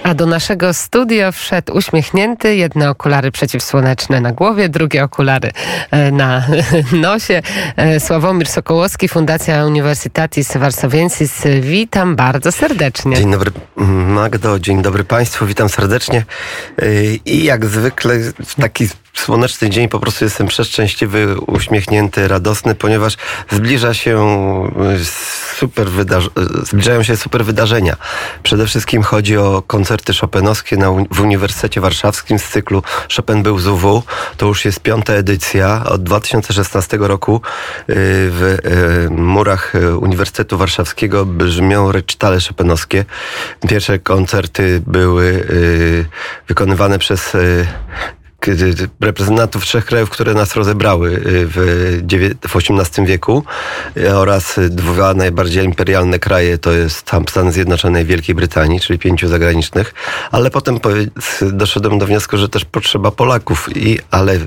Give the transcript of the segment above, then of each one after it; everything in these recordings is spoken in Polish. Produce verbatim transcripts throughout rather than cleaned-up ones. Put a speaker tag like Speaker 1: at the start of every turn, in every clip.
Speaker 1: A do naszego studia wszedł uśmiechnięty, jedne okulary przeciwsłoneczne na głowie, drugie okulary na nosie. Sławomir Sokołowski, Fundacja Universitatis Varsoviensis. Witam bardzo serdecznie.
Speaker 2: Dzień dobry Magdo, dzień dobry Państwu, witam serdecznie. I jak zwykle w taki słoneczny dzień po prostu jestem przeszczęśliwy, uśmiechnięty, radosny, ponieważ zbliża się super wydarz- zbliżają się super wydarzenia. Przede wszystkim chodzi o koncerty chopinowskie na, w Uniwersytecie Warszawskim z cyklu Chopin był z U W. To już jest piąta edycja. Od dwa tysiące szesnastego roku w murach Uniwersytetu Warszawskiego brzmią recitale chopinowskie. Pierwsze koncerty były wykonywane przez reprezentantów trzech krajów, które nas rozebrały w osiemnastym wieku, oraz dwa najbardziej imperialne kraje, to jest tam Stany Zjednoczone i Wielkiej Brytanii, czyli pięciu zagranicznych, ale potem doszedłem do wniosku, że też potrzeba Polaków, i ale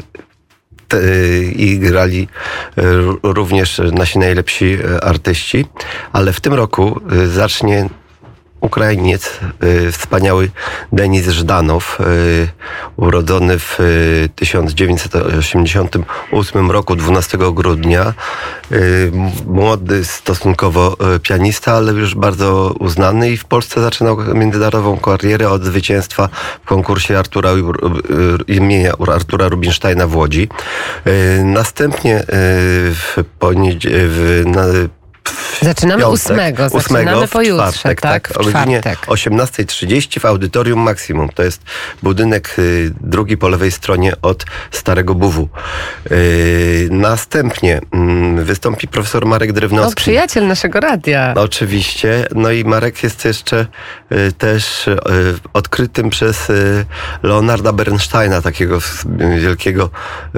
Speaker 2: i grali również nasi najlepsi artyści, ale w tym roku zacznie Ukrainiec, y, wspaniały Denis Żdanow, y, urodzony w y, tysiąc dziewięćset osiemdziesiątym ósmym roku, dwunastego grudnia. Y, młody stosunkowo y, pianista, ale już bardzo uznany, i w Polsce zaczynał międzynarodową karierę od zwycięstwa w konkursie Artura, y, y, imienia Artura Rubinsteina w Łodzi. Y, następnie y, w poniedzie- w, na,
Speaker 1: Zaczynamy
Speaker 2: Piątek,
Speaker 1: ósmego,
Speaker 2: ósmego
Speaker 1: zaczynamy
Speaker 2: w
Speaker 1: pojutrze,
Speaker 2: czwartek,
Speaker 1: tak?
Speaker 2: tak, o godzinie osiemnastej trzydzieści w Audytorium Maximum. To jest budynek y, drugi po lewej stronie od Starego B W. Y, następnie y, wystąpi profesor Marek Drewnowski.
Speaker 1: O, przyjaciel naszego radia.
Speaker 2: Oczywiście. No i Marek jest jeszcze y, też y, odkrytym przez y, Leonarda Bernsteina, takiego y, wielkiego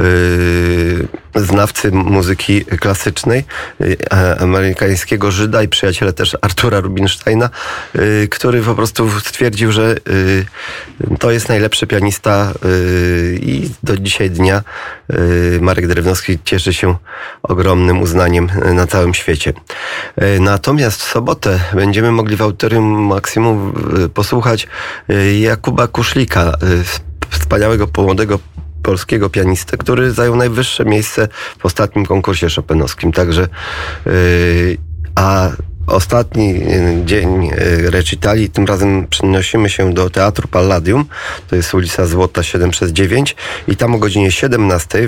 Speaker 2: y, znawcy muzyki klasycznej, y, amerykańskiego Żyda i przyjaciela też Artura Rubinsteina, y, który po prostu stwierdził, że y, to jest najlepszy pianista, y, i do dzisiaj dnia y, Marek Drewnowski cieszy się ogromnym uznaniem na całym świecie. Y, natomiast w sobotę będziemy mogli w Audytorium Maximum y, posłuchać y, Jakuba Kuszlika, y, wspaniałego młodego polskiego pianistę, który zajął najwyższe miejsce w ostatnim konkursie chopinowskim. Także yy, a ostatni dzień recitali, tym razem przenosimy się do Teatru Palladium, to jest ulica Złota siedem przez dziewięć, i tam o godzinie siedemnastej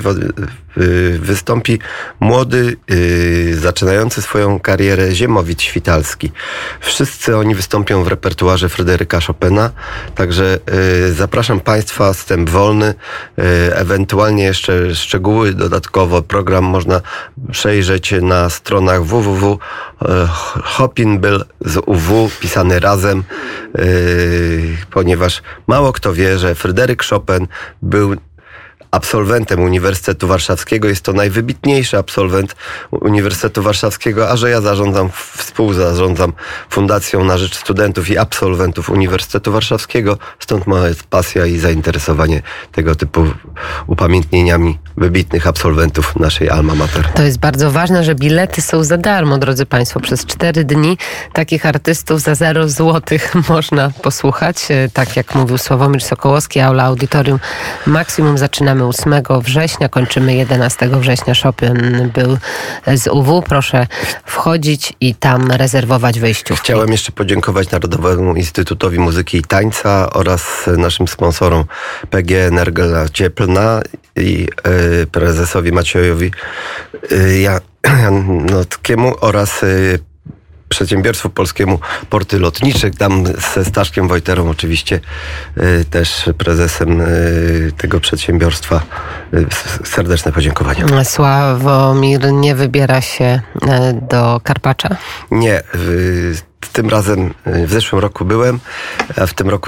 Speaker 2: wystąpi młody, yy, zaczynający swoją karierę Ziemowit Świtalski. Wszyscy oni wystąpią w repertuarze Fryderyka Chopina, także yy, zapraszam Państwa, wstęp wolny, yy, ewentualnie jeszcze szczegóły dodatkowo, program można przejrzeć na stronach w w w kropka Chopin był z U W, pisany razem, yy, ponieważ mało kto wie, że Fryderyk Chopin był absolwentem Uniwersytetu Warszawskiego. Jest to najwybitniejszy absolwent Uniwersytetu Warszawskiego, a że ja zarządzam, współzarządzam Fundacją na Rzecz Studentów i Absolwentów Uniwersytetu Warszawskiego, stąd moja pasja i zainteresowanie tego typu upamiętnieniami wybitnych absolwentów naszej alma mater.
Speaker 1: To jest bardzo ważne, że bilety są za darmo, drodzy Państwo. Przez cztery dni takich artystów za zero złotych można posłuchać. Tak jak mówił Sławomir Sokołowski, aula Audytorium Maximum. Zaczynamy ósmego września, kończymy jedenastego września. Chopin był z U W. Proszę wchodzić i tam rezerwować wejściówki.
Speaker 2: Chciałem jeszcze podziękować Narodowemu Instytutowi Muzyki i Tańca oraz naszym sponsorom P G Energia Cieplna i y, prezesowi Maciejowi y, Janotkiemu oraz y, Przedsiębiorstwu Polskiemu Porty Lotnicze, tam ze Staszkiem Wojterą oczywiście, y, też prezesem y, tego przedsiębiorstwa. Y, serdeczne podziękowania.
Speaker 1: Sławomir nie wybiera się y, do Karpacza?
Speaker 2: Nie. Y, tym razem, y, w zeszłym roku byłem, a w tym roku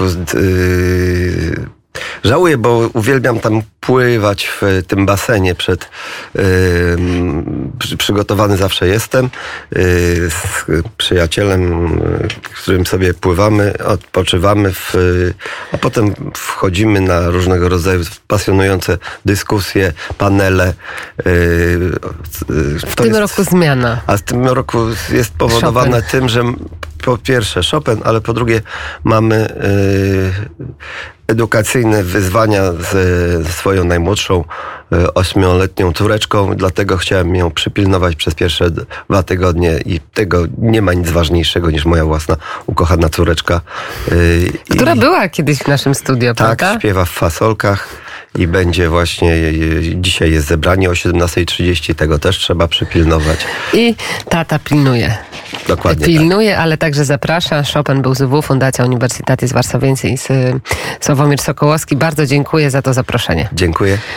Speaker 2: y, żałuję, bo uwielbiam tam pływać w tym basenie. Przed yy, przygotowany zawsze jestem yy, z przyjacielem, yy, którym sobie pływamy, odpoczywamy, w, yy, a potem wchodzimy na różnego rodzaju pasjonujące dyskusje, panele. Yy,
Speaker 1: w tym
Speaker 2: jest,
Speaker 1: roku zmiana.
Speaker 2: A w tym roku jest powodowane Chopin. tym, że po pierwsze Chopin, ale po drugie mamy yy, edukacyjne wyzwania z, ze swoją najmłodszą y, ośmioletnią córeczką, dlatego chciałem ją przypilnować przez pierwsze dwa tygodnie i tego nie ma nic ważniejszego niż moja własna ukochana córeczka. Y,
Speaker 1: Która
Speaker 2: i,
Speaker 1: była kiedyś w naszym studio,
Speaker 2: tak,
Speaker 1: prawda?
Speaker 2: śpiewa w fasolkach. I będzie właśnie, dzisiaj jest zebranie o siedemnasta trzydzieści, tego też trzeba przypilnować.
Speaker 1: I tata pilnuje.
Speaker 2: Dokładnie
Speaker 1: Pilnuje, tak. Ale także zaprasza. Chopin był z U W, Fundacja Uniwersytetis Warszawiensis i Sławomir Sokołowski. Bardzo dziękuję za to zaproszenie.
Speaker 2: Dziękuję.